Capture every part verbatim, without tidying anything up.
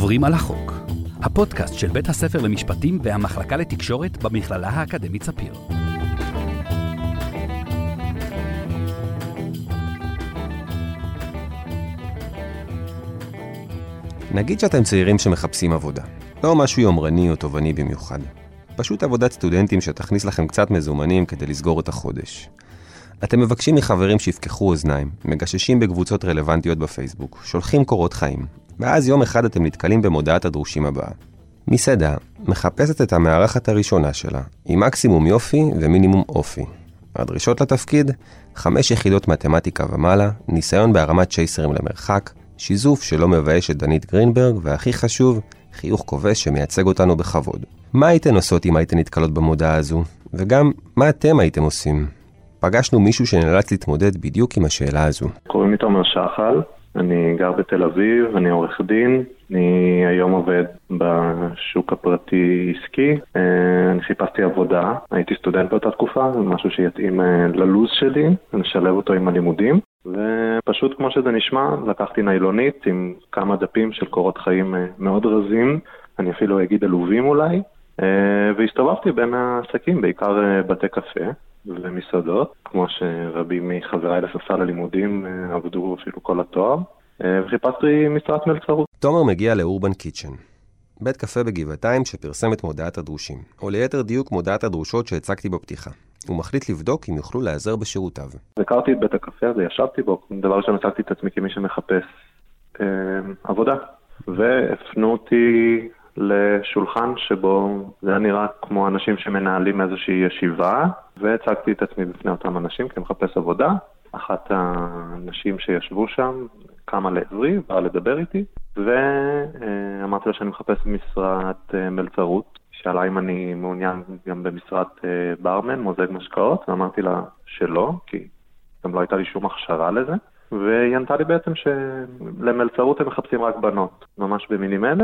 עוברים על החוק, הפודקאסט של בית הספר למשפטים והמחלקה לתקשורת במכללה האקדמית ספיר. נגיד שאתם צעירים שמחפשים עבודה. לא משהו יומרני או תובעני במיוחד. פשוט עבודת סטודנטים שתכניס לכם קצת מזומנים כדי לסגור את החודש. אתם מבקשים מחברים שיפקחו אוזניים, מגששים בקבוצות רלוונטיות בפייסבוק, שולחים קורות חיים, ואז יום אחד אתם נתקלים במודעת הדרושים הבאה. מסעדה מחפשת את המארחת הראשונה שלה, עם מקסימום יופי ומינימום אופי. הדרישות לתפקיד, חמש יחידות מתמטיקה ומעלה, ניסיון בהרמת צ'ייסרים למרחק, שיזוף שלא מבייש את דנית גרינברג, והכי חשוב, חיוך כובש שמייצג אותנו בכבוד. מה הייתן עושות אם הייתן נתקלות במודעה הזו? וגם, מה אתם הייתם עושים? פגשנו מישהו שנאלץ להתמודד בדיוק עם השאלה הזו. קוראים לי תומר שחל, אני גר בתל אביב, אני עורך דין, אני היום עובד בשוק הפרטי עסקי, אני חיפשתי עבודה, הייתי סטודנט באותה תקופה, זה משהו שיתאים ללוז שלי, נשלב אותו עם הלימודים, ופשוט כמו שזה נשמע, לקחתי ניילונית עם כמה דפים של קורות חיים מאוד רזים, אני אפילו אגיד עלובים אולי, והסתובבתי בין העסקים, בעיקר בתי קפה ומסעדות, כמו שרבים מחבריי לספסל הלימודים עבדו אפילו כל התואר, וחיפשתי משרת מלצרות. תומר מגיע לאורבן קיצ'ן, בית קפה בגבעתיים שפרסם את מודעת הדרושים, או ליתר דיוק מודעת הדרושות שהצגתי בפתיחה. הוא מחליט לבדוק אם יוכלו לעזר בשירותיו. הכרתי את בית הקפה הזה, ישבתי בו, דבר ראשון הצגתי את עצמי כמי שמחפש אה, עבודה, והפנו אותי לשולחן שבו זה היה נראה כמו אנשים שמנהלים איזושהי ישיבה, והצגתי את עצמי בפני אותם אנשים כמחפש עבודה. אחת האנשים שישבו שם קמה לעזרי, באה לדבר איתי, ואמרתי לה שאני מחפש משרת מלצרות, שאלה אם אני מעוניין גם במשרת ברמן, מוזג משקאות, ואמרתי לה שלא, כי גם לא הייתה לי שום הכשרה לזה, והיא ענתה לי בעצם שלמלצרות הם מחפשים רק בנות, ממש במינים אלה,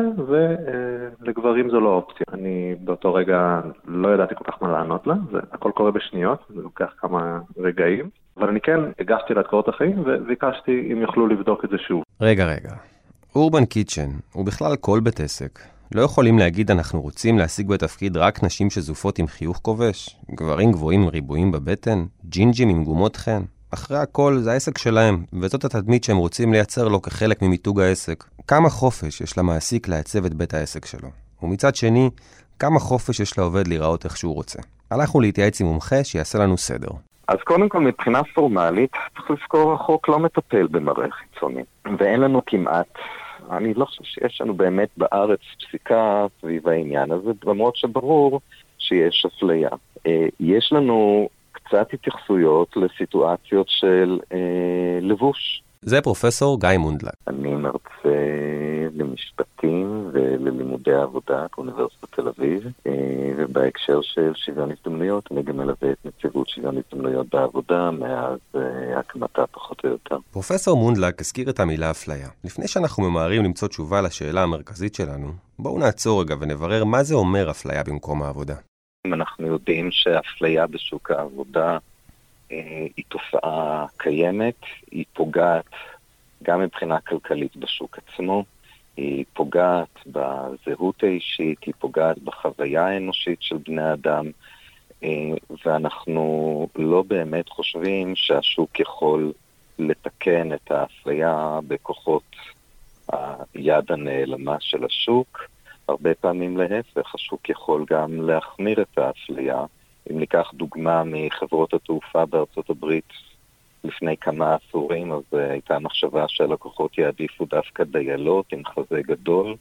ולגברים זו לא אופציה. אני באותו רגע לא ידעתי כל כך מה לענות לה, זה הכל קורה בשניות, זה לוקח כמה רגעים, אבל אני כן הגשתי לה את קורות החיים, וביקשתי אם יוכלו לבדוק את זה שוב. רגע, רגע. אורבן קיצ'ן, ובכלל כל בית עסק, לא יכולים להגיד אנחנו רוצים להשיג בתפקיד רק נשים שזופות עם חיוך כובש, גברים גבוהים עם ריבועים בבטן, ג'ינג'ים עם גומות חן. אחרי הכל זה העסק שלהם, וזאת התדמית שהם רוצים לייצר לו כחלק ממיתוג העסק. כמה חופש יש למעסיק לעצב את בית העסק שלו, ומצד שני, כמה חופש יש לעובד לראות איך שהוא רוצה. הלכנו להתייעץ עם מומחה שיעשה לנו סדר. אז קודם כל, מבחינה פורמלית, צריך לזכור, החוק לא מטפל במראה חיצוני, ואין לנו כמעט, אני לא חושב שיש לנו באמת בארץ פסיקה סביב העניין הזה, למרות שברור שיש אפליה. יש לנו קצת התייחסויות לסיטואציות של אה, לבוש. זה פרופסור גיא מונדלק. אני מרצה למשפטים וללימודי העבודה באוניברסיטת תל אביב, אה, ובהקשר של שוויון הזדמנויות, אני גם מלווה את נציבות שוויון הזדמנויות בעבודה מאז אה, הקמתה פחות או יותר. פרופסור מונדלק הזכיר את המילה אפליה. לפני שאנחנו ממהרים למצוא תשובה לשאלה המרכזית שלנו, בואו נעצור רגע ונברר מה זה אומר אפליה במקום העבודה. אנחנו יודעים שהאפליה בשוק העבודה אה, היא תופעה קיימת, היא פוגעת גם מבחינה כלכלית בשוק עצמו, היא פוגעת בזהות האישית, היא פוגעת בחוויה האנושית של בני אדם, אה, ואנחנו לא באמת חושבים שהשוק יכול לתקן את האפליה בכוחות היד הנעלמה של השוק, הרבה פעמים להפך, השוק יכול גם להחמיר את האפליה. אם ניקח דוגמה מחברות התעופה בארצות הברית לפני כמה עשורים, אז הייתה מחשבה שהלקוחות יעדיפו דווקא דיילות עם חזה גדול.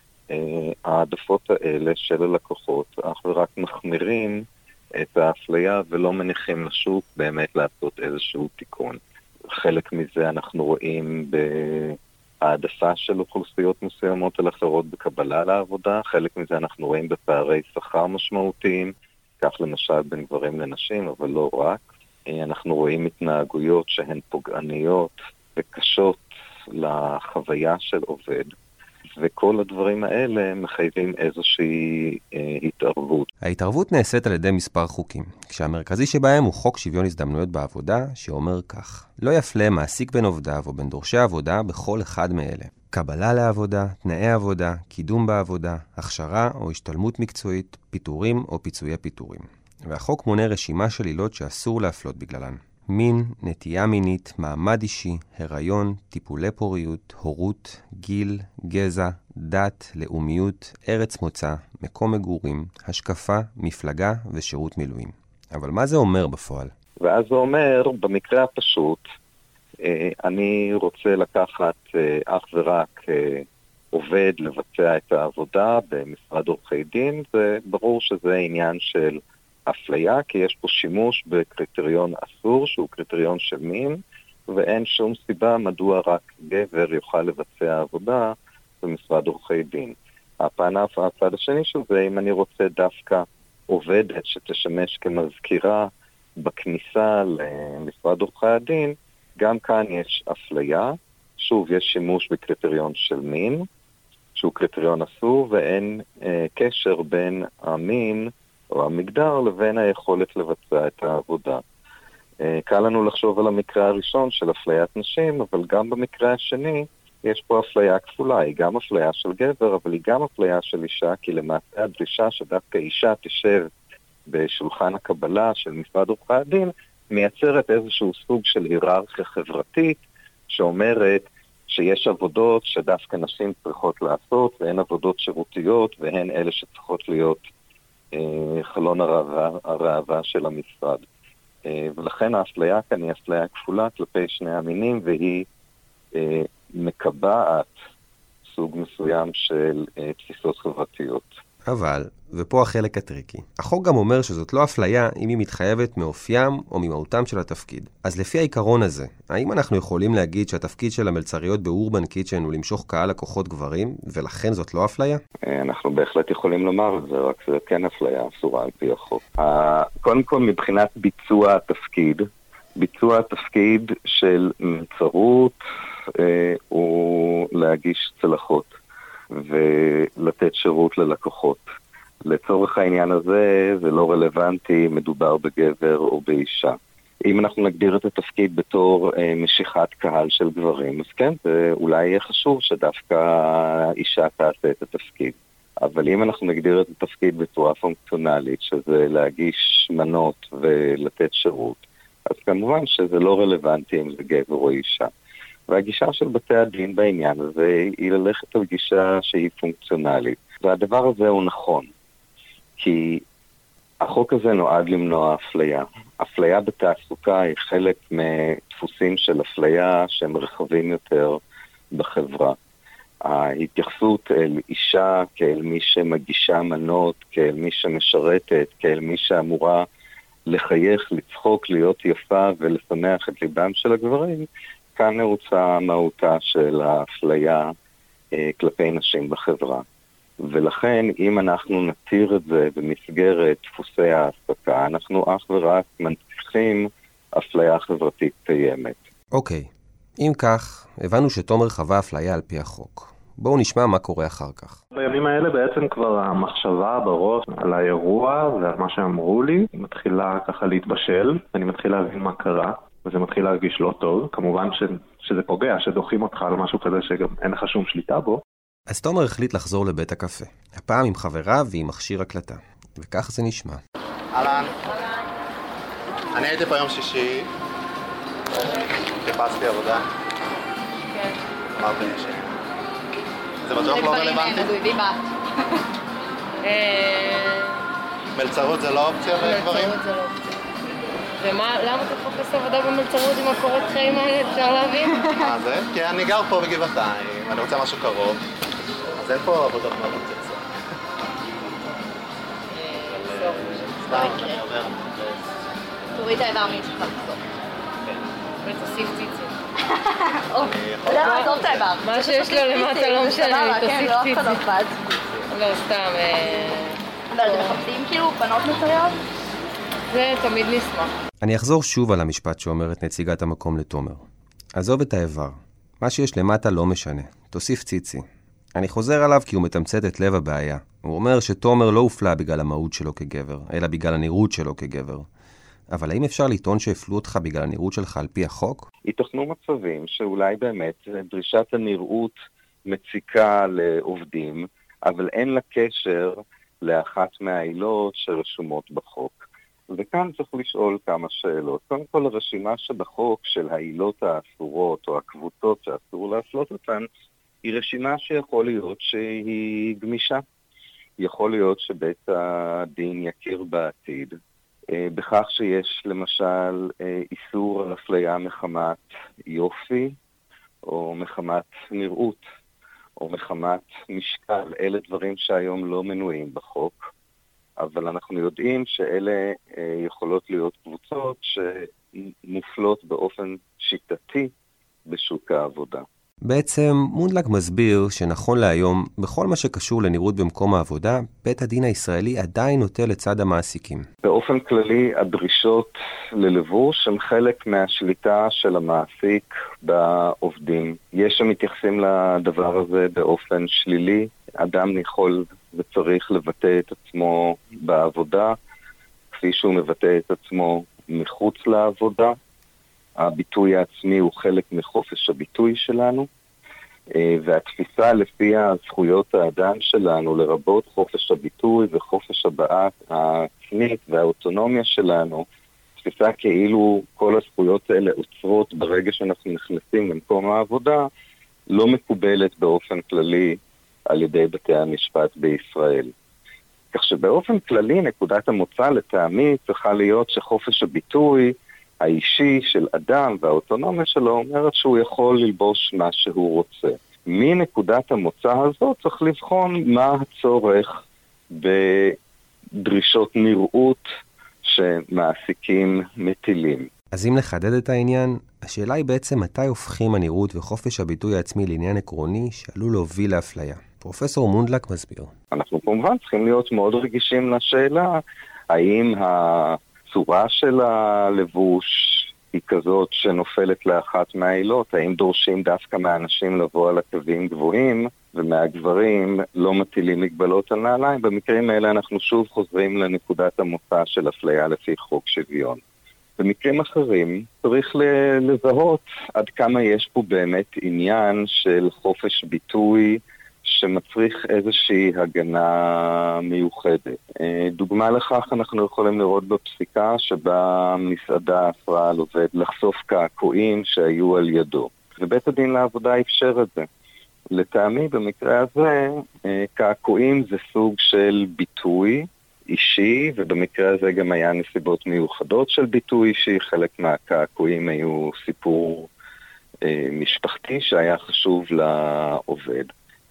העדפות האלה של הלקוחות אך ורק מחמירים את האפליה ולא מניחים לשוק באמת לעשות איזשהו תיקון. חלק מזה אנחנו רואים ב... העדפה של אוכלוסיות מסוימות על אחרות בקבלה לעבודה, חלק מזה אנחנו רואים בפערי שכר משמעותיים, כך למשל בין גברים לנשים, אבל לא רק. אנחנו רואים התנהגויות שהן פוגעניות וקשות לחוויה של עובד, וכל הדברים האלה מחייבים איזושהי אה, התערבות. ההתערבות נעשית על ידי מספר חוקים, כשהמרכזי שבהם הוא חוק שוויון הזדמנויות בעבודה, שאומר כך: לא יפלה מעסיק בין עובדיו או בין דורשי עבודה בכל אחד מאלה. קבלה לעבודה, תנאי עבודה, קידום בעבודה, הכשרה או השתלמות מקצועית, פיטורים או פיצויי פיטורים. והחוק מונה רשימה של עילות שאסור להפלות בגללן. מין, נטייה מינית, מעמד אישי, הריון, טיפולי פוריות, הורות, גיל, גזע, דת, לאומיות, ארץ מוצא, מקום מגורים, השקפה, מפלגה ושירות מילואים. אבל מה זה אומר בפועל? ואז זה אומר, במקרה הפשוט, אני רוצה לקחת אך ורק עובד לבצע את העבודה במשרד עורכי דין, זה ברור שזה עניין של אפליה, כי יש פה שימוש בקריטריון אסור, שהוא קריטריון של מין, ואין שום סיבה מדוע רק גבר יוכל לבצע עבודה במשרד עורכי דין. הפן הצד השני של זה, אם אני רוצה דווקא עובדת שתשמש כמזכירה בכניסה למשרד עורכי הדין, גם כאן יש אפליה. שוב, יש שימוש בקריטריון של מין, שהוא קריטריון אסור, ואין אה, קשר בין המין או המגדר לבין היכולת לבצע את העבודה. אה, קל לנו לחשוב על המקרה הראשון של אפליית נשים, אבל גם במקרה השני יש פה אפליה כפולה. היא גם אפליה של גבר, אבל היא גם אפליה של אישה, כי למעשה הדרישה שדווקא אישה תשב בשולחן הקבלה של משרד עורכי הדין, מייצרת איזשהו סוג של היררכיה חברתית, שאומרת שיש עבודות שדווקא נשים צריכות לעשות, והן עבודות שירותיות, והן אלה שצריכות להיות אה, חלון הראווה, הראווה של המשרד. אה, ולכן האפליה כאן היא אפליה כפולה כלפי שני המינים, והיא אה, מקבעת סוג מסוים של אה, תפיסות חברתיות. אבל, ופה החלק הטריקי, החוק גם אומר שזאת לא אפליה אם היא מתחייבת מאופיים או ממהותם של התפקיד. אז לפי העיקרון הזה, האם אנחנו יכולים להגיד שהתפקיד של המלצריות באורבן קיצ'ן הוא למשוך קהל לקוחות גברים, ולכן זאת לא אפליה? אנחנו בהחלט יכולים לומר את זה, רק זה כן אפליה אסורה על פי החוק. קודם כל, מבחינת ביצוע התפקיד, ביצוע התפקיד של מלצרות הוא להגיש צלחות ולתת שירות ללקוחות. לצורך העניין הזה זה לא רלוונטי, מדובר בגבר או באישה. אם אנחנו נגדיר את התפקיד בתור אה, משיכת קהל של גברים, אז כן, זה אולי יהיה חשוב שדווקא אישה תעשה את התפקיד. אבל אם אנחנו נגדיר את התפקיד בצורה פונקציונלית, שזה להגיש מנות ולתת שירות, אז כמובן שזה לא רלוונטי אם זה גבר או אישה. והגישה של בתי הדין בעניין הזה היא ללכת על גישה שהיא פונקציונלית. והדבר הזה הוא נכון, כי החוק הזה נועד למנוע אפליה. אפליה בתעסוקה היא חלק מדפוסים של אפליה שהם רחבים יותר בחברה. ההתייחסות אל אישה כאל מי שמגישה מנות, כאל מי שמשרתת, כאל מי שאמורה לחייך, לצחוק, להיות יפה ולשמח את ליבם של הגברים, כאן נעוצה מהותה של האפליה אה, כלפי נשים בחברה. ולכן, אם אנחנו נתיר את זה במסגרת דפוסי העסקה, אנחנו אך ורק מנציחים אפליה חברתית קיימת. אוקיי, אם כך, הבנו שתומר חווה אפליה על פי החוק. בואו נשמע מה קורה אחר כך. בימים האלה בעצם כבר המחשבה בראש על האירוע ועל מה שאמרו לי, מתחילה ככה להתבשל, אני מתחיל להבין מה קרה. וזה מתחיל להרגיש לא טוב, כמובן ש, שזה פוגע, שדוחים אותך על משהו כזה שגם אין לך שום שליטה בו. אז תומר החליט לחזור לבית הקפה, הפעם עם חברה ועם מכשיר הקלטה, וכך זה נשמע. אהלן, אני הייתי פה יום שישי, חיפשתי עבודה. כן. אמרתי לי ש... זה בטוח לא רלוונטי? זה גבוהי בת. מלצרות זה לא אופציה לגברים? מלצרות זה לא אופציה. ומה, למה אתה חופש עבודה במלצרות עם הקורות חיים האלה, אפשר להבין? מה זה? כי אני גר פה בגבעתיים, אני רוצה משהו קרוב, אז אין פה עבודות מאוד מצצות. סתם, אני עובר. תוריד את האיבר מי שלך בסוף. כן. ותוסיף ציצים. לא, עזוב את האיבר. מה שיש לו למטה לא משנה, תוסיף ציצים. לא, סתם. אבל אתם מחפשים כאילו בנות מצריות? זה תמיד נשמח. אני אחזור שוב על המשפט שאומרת נציגת המקום לתומר. עזוב את האיבר. מה שיש למטה לא משנה. תוסיף ציצי. אני חוזר עליו כי הוא מתמצת את לב הבעיה. הוא אומר שתומר לא הופלה בגלל המהות שלו כגבר, אלא בגלל הנראות שלו כגבר. אבל האם אפשר לטעון שהפלו אותך בגלל הנראות שלך על פי החוק? ייתכנו מצבים שאולי באמת דרישת הנראות מציקה לעובדים, אבל אין לה קשר לאחת מהעילות שרשומות בחוק. וכאן צריך לשאול כמה שאלות. קודם כל, הרשימה שבחוק של העילות האסורות או הקבוצות שאסור להפלות אותן, היא רשימה שיכול להיות שהיא גמישה. יכול להיות שבית הדין יכיר בעתיד, בכך שיש למשל איסור על אפליה מחמת יופי, או מחמת נראות, או מחמת משקל. אלה דברים שהיום לא מנויים בחוק, אבל אנחנו יודעים שאלה יכולות להיות קבוצות שמופלות באופן שיטתי בשוק העבודה. בעצם מונדלק מסביר שנכון להיום, בכל מה שקשור לנראות במקום העבודה, בית הדין הישראלי עדיין נוטה לצד המעסיקים. באופן כללי, הדרישות ללבוש הם חלק מהשליטה של המעסיק בעובדים. יש שמתייחסים לדבר הזה באופן שלילי. אדם יכול וצריך לבטא את עצמו בעבודה, כפי שהוא מבטא את עצמו מחוץ לעבודה. הביטוי העצמי הוא חלק מחופש הביטוי שלנו, והתפיסה לפי הזכויות האדם שלנו, לרבות חופש הביטוי וחופש הבעת העצמית והאוטונומיה שלנו, תפיסה כאילו כל הזכויות האלה עוצרות ברגע שאנחנו נכנסים למקום העבודה, לא מקובלת באופן כללי על ידי בתי המשפט בישראל. כך שבאופן כללי נקודת המוצא לטעמי צריכה להיות שחופש הביטוי האישי של אדם והאוטונומיה שלו אומרת שהוא יכול ללבוש מה שהוא רוצה. מנקודת המוצא הזאת צריך לבחון מה הצורך בדרישות נראות שמעסיקים מטילים. אז אם לחדד את העניין, השאלה היא בעצם מתי הופכים הנראות וחופש הביטוי העצמי לעניין עקרוני שעלול להוביל לאפליה. פרופסור מונדלק מסביר. אנחנו כמובן צריכים להיות מאוד רגישים לשאלה האם הצורה של הלבוש היא כזאת שנופלת לאחת מהעילות, האם דורשים דווקא מהאנשים לבוא על עקבים גבוהים ומהגברים לא מטילים מגבלות על נעליים. במקרים האלה אנחנו שוב חוזרים לנקודת המוצא של אפליה לפי חוק שוויון. במקרים אחרים צריך לזהות עד כמה יש פה באמת עניין של חופש ביטוי שמצריך איזושהי הגנה מיוחדת. דוגמה לכך אנחנו יכולים לראות בפסיקה שבה מסעדה אסרה על עובד לחשוף קעקועים שהיו על ידו. ובית הדין לעבודה אפשר את זה. לטעמי במקרה הזה קעקועים זה סוג של ביטוי אישי, ובמקרה הזה גם היה נסיבות מיוחדות של ביטוי אישי. חלק מהקעקועים היו סיפור אה, משפחתי שהיה חשוב לעובד.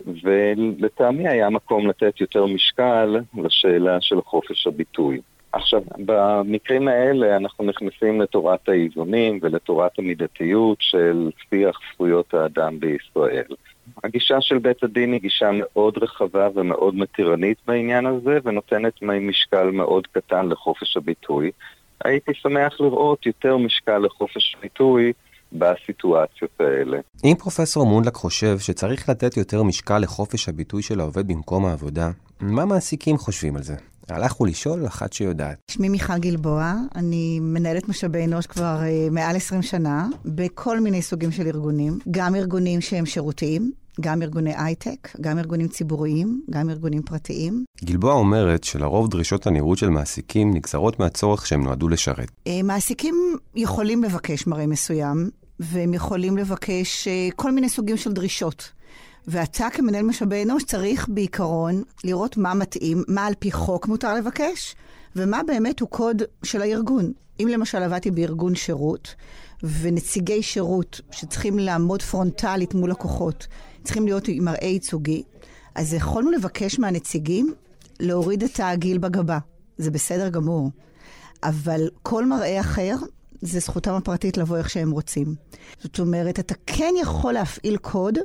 ולטעמי היה מקום לתת יותר משקל לשאלה של חופש הביטוי. עכשיו, במקרים האלה אנחנו נכנסים לתורת האיזונים ולתורת המידתיות של שיח זכויות האדם בישראל. הגישה של בית הדין היא גישה מאוד רחבה ומאוד מתירנית בעניין הזה, ונותנת משקל מאוד קטן לחופש הביטוי. הייתי שמח לראות יותר משקל לחופש הביטוי בסיטואציות האלה. אם פרופסור מונדלק חושב שצריך לתת יותר משקל לחופש הביטוי של העובד במקום העבודה, מה מעסיקים חושבים על זה? הלכו לשאול אחת שיודעת. שמי מיכל גלבוע, אני מנהלת משאבי אנוש כבר uh, מעל עשרים שנה, בכל מיני סוגים של ארגונים, גם ארגונים שהם שירותיים, גם ארגוני הייטק, גם ארגונים ציבוריים, גם ארגונים פרטיים. גלבוע אומרת שלרוב דרישות הנראות של מעסיקים נגזרות מהצורך שהם נועדו לשרת. Uh, מעסיקים יכולים לבקש מראה מסוים, והם יכולים לבקש uh, כל מיני סוגים של דרישות. ואתה כמנהל משאבי אנוש צריך בעיקרון לראות מה מתאים, מה על פי חוק מותר לבקש, ומה באמת הוא קוד של הארגון. אם למשל עבדתי בארגון שירות, ונציגי שירות שצריכים לעמוד פרונטלית מול לקוחות, צריכים להיות עם מראה ייצוגי, אז יכולנו לבקש מהנציגים להוריד את הגיל בגבה. זה בסדר גמור. אבל כל מראה אחר, זה זכותם הפרטית לבוא איך שהם רוצים. זאת אומרת, אתה כן יכול להפעיל קוד,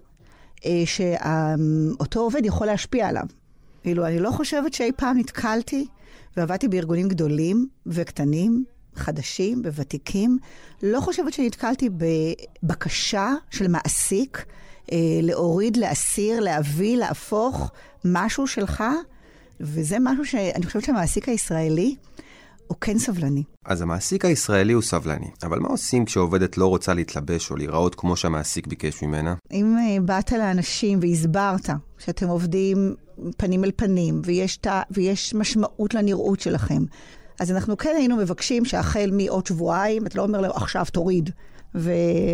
שאותו עובד יכול להשפיע עליו. ואילו אני לא חושבת שאי פעם נתקלתי, ועבדתי בארגונים גדולים וקטנים, חדשים וותיקים, לא חושבת שנתקלתי בבקשה של מעסיק, להוריד, להסיר, להביא, להפוך משהו שלך, וזה משהו שאני חושבת שהמעסיק הישראלי, הוא כן סבלני. אז המעסיק הישראלי הוא סבלני, אבל מה עושים כשעובדת לא רוצה להתלבש או להיראות כמו שהמעסיק ביקש ממנה? אם באת לאנשים והסברת שאתם עובדים פנים אל פנים, ויש, ת... ויש משמעות לנראות שלכם, אז אנחנו כן היינו מבקשים שהחל מעוד שבועיים, אתה לא אומר לו עכשיו תוריד, ו...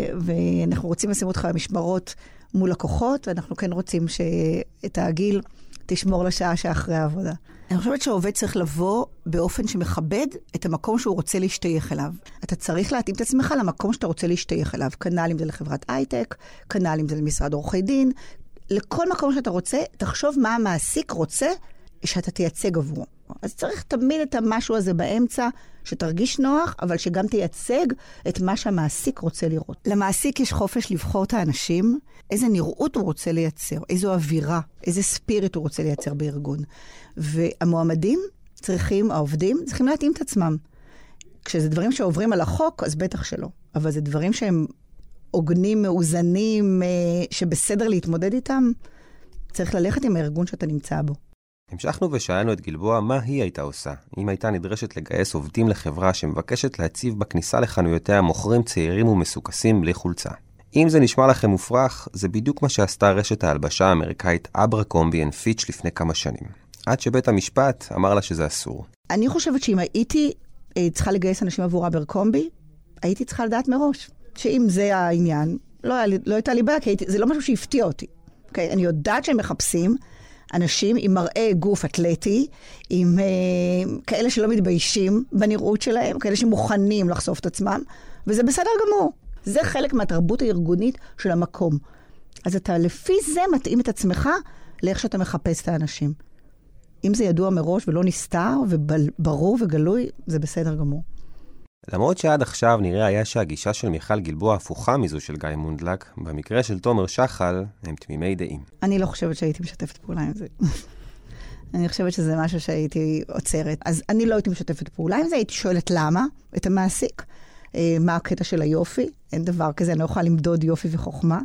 ואנחנו רוצים לשים אותך במשמרות מול לקוחות, ואנחנו כן רוצים שאת הגיל תשמור לשעה שאחרי העבודה. אני חושבת שהעובד צריך לבוא באופן שמכבד את המקום שהוא רוצה להשתייך אליו. אתה צריך להתאים את עצמך למקום שאתה רוצה להשתייך אליו. כנ"ל אם זה לחברת הייטק, כנ"ל אם זה למשרד עורכי דין. לכל מקום שאתה רוצה, תחשוב מה המעסיק רוצה שאתה תייצג עבורו. אז צריך תמיד את המשהו הזה באמצע, שתרגיש נוח, אבל שגם תייצג את מה שהמעסיק רוצה לראות. למעסיק יש חופש לבחור את האנשים, איזה נראות הוא רוצה לייצר, איזו אווירה, איזה ספיריט הוא רוצה לייצר בארגון. והמועמדים צריכים, העובדים, צריכים להתאים את עצמם. כשזה דברים שעוברים על החוק, אז בטח שלא. אבל זה דברים שהם עוגנים, מאוזנים, שבסדר להתמודד איתם, צריך ללכת עם הארגון שאתה נמצא בו. המשכנו ושאלנו את גלבוע מה היא הייתה עושה, אם הייתה נדרשת לגייס עובדים לחברה שמבקשת להציב בכניסה לחנויותיה מוכרים צעירים ומסוכסים בלי חולצה. אם זה נשמע לכם מופרך, זה בדיוק מה שעשתה רשת ההלבשה האמריקאית אברקומבי אנד פיץ' לפני כמה שנים. עד שבית המשפט אמר לה שזה אסור. אני חושבת שאם הייתי צריכה לגייס אנשים עבור אברקומבי, הייתי צריכה לדעת מראש. שאם זה העניין, לא, היה, לא הייתה לי בעיה, כי הייתי, זה לא משהו שהפתיע אותי. Okay? אני יודעת שהם מחפשים אנשים עם מראה גוף אתלטי, עם אה, כאלה שלא מתביישים בנראות שלהם, כאלה שמוכנים לחשוף את עצמם, וזה בסדר גמור. זה חלק מהתרבות הארגונית של המקום. אז אתה לפי זה מתאים את עצמך לאיך שאתה מחפש את האנשים. אם זה ידוע מראש ולא נסתר וברור וגלוי, זה בסדר גמור. למרות שעד עכשיו נראה היה שהגישה של מיכל גלבוע הפוכה מזו של גיא מונדלק, במקרה של תומר שחל הם תמימי דעים. אני לא חושבת שהייתי משתפת פעולה עם זה. אני חושבת שזה משהו שהייתי עוצרת. אז אני לא הייתי משתפת פעולה עם זה, הייתי שואלת למה, את המעסיק, מה הקטע של היופי, אין דבר כזה, אני לא יכולה למדוד יופי וחוכמה,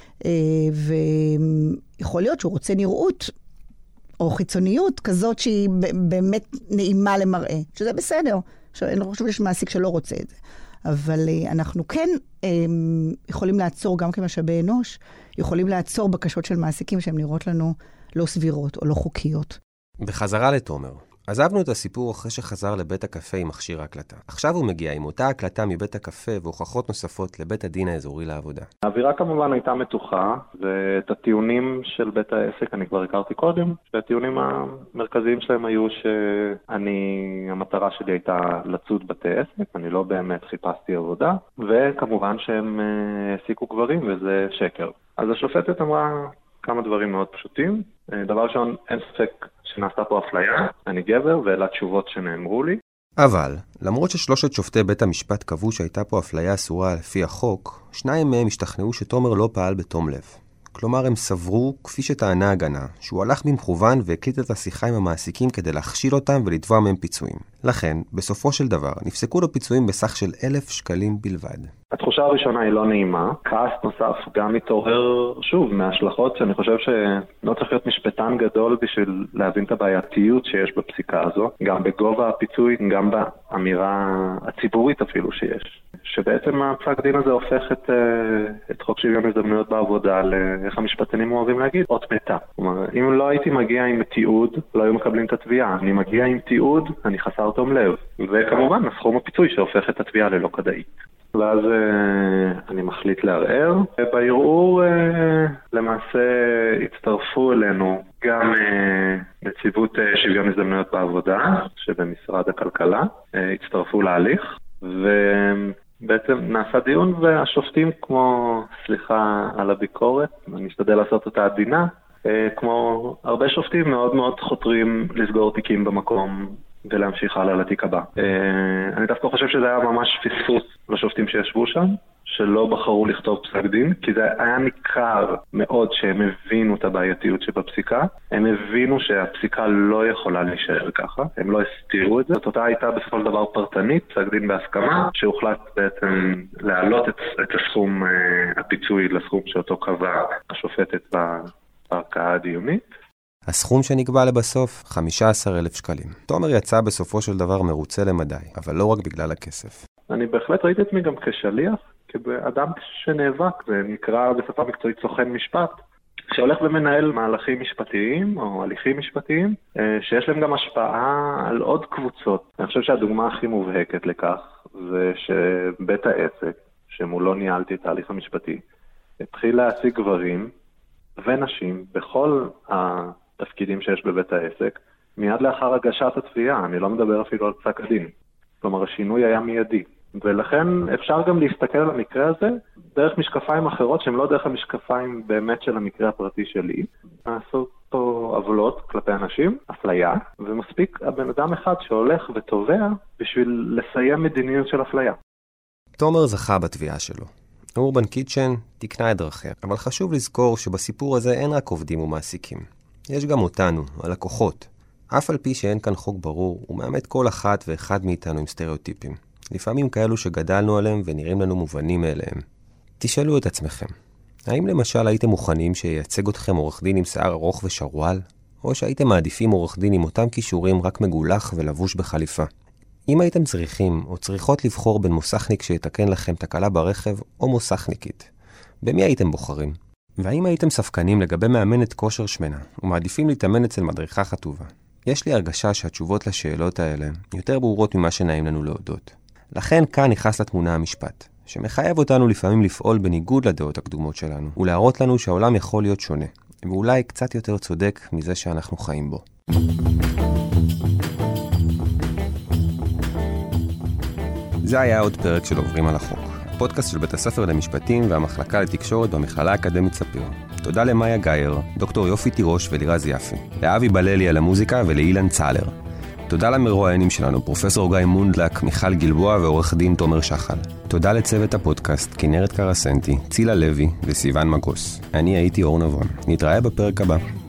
ויכול להיות שהוא רוצה נראות, או חיצוניות כזאת שהיא באמת נעימה למראה, שזה בסדר. אני לא חושבת שיש מעסיק שלא רוצה את זה. אבל אנחנו כן יכולים לעצור גם כמשאבי אנוש, יכולים לעצור בקשות של מעסיקים שהן נראות לנו לא סבירות או לא חוקיות. בחזרה לתומר. עזבנו את הסיפור אחרי שחזר לבית הקפה עם מכשיר ההקלטה. עכשיו הוא מגיע עם אותה הקלטה מבית הקפה והוכחות נוספות לבית הדין האזורי לעבודה. האווירה כמובן הייתה מתוחה, ואת הטיעונים של בית העסק אני כבר הכרתי קודם, והטיעונים המרכזיים שלהם היו שאני, המטרה שלי הייתה לצוד בתי עסק, אני לא באמת חיפשתי עבודה, וכמובן שהם העסיקו גברים וזה שקר. אז השופטת אמרה כמה דברים מאוד פשוטים. דבר ראשון, אין ספק שנעשתה פה אפליה, אני גבר, ואלה תשובות שנאמרו לי. אבל, למרות ששלושת שופטי בית המשפט קבעו שהייתה פה אפליה אסורה לפי החוק, שניים מהם השתכנעו שתומר לא פעל בתום לב. כלומר, הם סברו, כפי שטענה הגנה, שהוא הלך במכוון והקליט את השיחה עם המעסיקים כדי להכשיל אותם ולתבוע מהם פיצויים. לכן, בסופו של דבר, נפסקו לו פיצויים בסך של אלף שקלים בלבד. התחושה הראשונה היא לא נעימה. כעס נוסף גם מתעורר, שוב, מההשלכות שאני חושב שלא צריך להיות משפטן גדול בשביל להבין את הבעייתיות שיש בפסיקה הזו, גם בגובה הפיצוי, גם באמירה הציבורית אפילו שיש. שבעצם הפסק דין הזה הופך את, את חוק שוויון הזדמנויות בעבודה לאיך המשפטנים אוהבים להגיד, אות מתה. כלומר, אם לא הייתי מגיע עם תיעוד, לא היו מקבלים את התביעה. אני מגיע עם תיעוד, אני חסר תום לב. וכמובן, הסכום הפיצוי שהופך את התביעה ללא כדאית. ואז אני מחליט לערער. בערעור למעשה הצטרפו אלינו גם נציבות שוויון הזדמנויות בעבודה, שבמשרד הכלכלה, הצטרפו להליך, ובעצם נעשה דיון, והשופטים כמו, סליחה על הביקורת, אני אשתדל לעשות אותה עדינה, כמו הרבה שופטים מאוד מאוד חותרים לסגור תיקים במקום, ולהמשיך הלאה לתיק הבא. אני דווקא חושב שזה היה ממש פספוס לשופטים שישבו שם, שלא בחרו לכתוב פסק דין, כי זה היה ניכר מאוד שהם הבינו את הבעייתיות שבפסיקה, הם הבינו שהפסיקה לא יכולה להישאר ככה, הם לא הסתירו את זה. זאת אותה הייתה בסופו של דבר פרטנית, פסק דין בהסכמה, שהוחלט בעצם להעלות את, את הסכום הפיצוי לסכום שאותו קבע השופטת בערכאה הדיונית. הסכום שנקבע לבסוף, חמישה עשר אלף שקלים. תומר יצא בסופו של דבר מרוצה למדי, אבל לא רק בגלל הכסף. אני בהחלט ראיתי עצמי גם כשליח, כאדם שנאבק, זה נקרא בשפה מקצועית סוכן משפט, שהולך ומנהל מהלכים משפטיים או הליכים משפטיים, שיש להם גם השפעה על עוד קבוצות. אני חושב שהדוגמה הכי מובהקת לכך, זה שבית העסק, שמולו ניהלתי את ההליך המשפטי, התחיל להשיג גברים ונשים בכל התפקידים שיש בבית העסק, מיד לאחר הגשת התביעה. אני לא מדבר אפילו על פסק הדין. כלומר, השינוי היה מיידי. ולכן אפשר גם להסתכל על המקרה הזה דרך משקפיים אחרות, שהן לא דרך המשקפיים באמת של המקרה הפרטי שלי. לעשות פה עוולות כלפי אנשים, אפליה, ומספיק הבן אדם אחד שהולך ותובע בשביל לסיים מדיניות של אפליה. תומר זכה בתביעה שלו. אורבן קיצ'ן תקנה את דרכיה, אבל חשוב לזכור שבסיפור הזה אין רק עובדים ומעסיקים. יש גם אותנו, הלקוחות. אף על פי שאין כאן חוק ברור, הוא מאמת כל אחת ואחד מאיתנו עם סטריאוטיפים. לפעמים כאלו שגדלנו עליהם ונראים לנו מובנים מאליהם. תשאלו את עצמכם, האם למשל הייתם מוכנים שייצג אתכם עורך דין עם שיער ארוך ושרואל? או שהייתם מעדיפים עורך דין עם אותם כישורים רק מגולח ולבוש בחליפה? אם הייתם צריכים או צריכות לבחור בין מוסכניק שיתקן לכם תקלה ברכב או מוסכניקית, במי הייתם בוחרים? והאם הייתם ספקנים לגבי מאמנת כושר שמנה ומעדיפים להתאמן אצל מדריכה חטובה? יש לי הרגשה שהתשובות לשאלות האלה יותר ברורות ממה שנעים לנו להודות. לכן כאן נכנס לתמונה המשפט, שמחייב אותנו לפעמים לפעול בניגוד לדעות הקדומות שלנו, ולהראות לנו שהעולם יכול להיות שונה, ואולי קצת יותר צודק מזה שאנחנו חיים בו. זה היה עוד פרק של עוברים על החוק, הפודקאסט של בית הספר למשפטים והמחלקה לתקשורת במכללה האקדמית ספיר. תודה למאיה גייר, דוקטור יופי תירוש ולירז יפי, לאבי בללי על המוזיקה ולאילן צלר. תודה למרואיינים שלנו, פרופסור גיא מונדלק, מיכל גלבוע ועורך דין תומר שחל. תודה לצוות הפודקאסט, כנרת קרסנטי, צילה לוי וסיוון מגוס. אני הייתי אור נבון. נתראה בפרק הבא.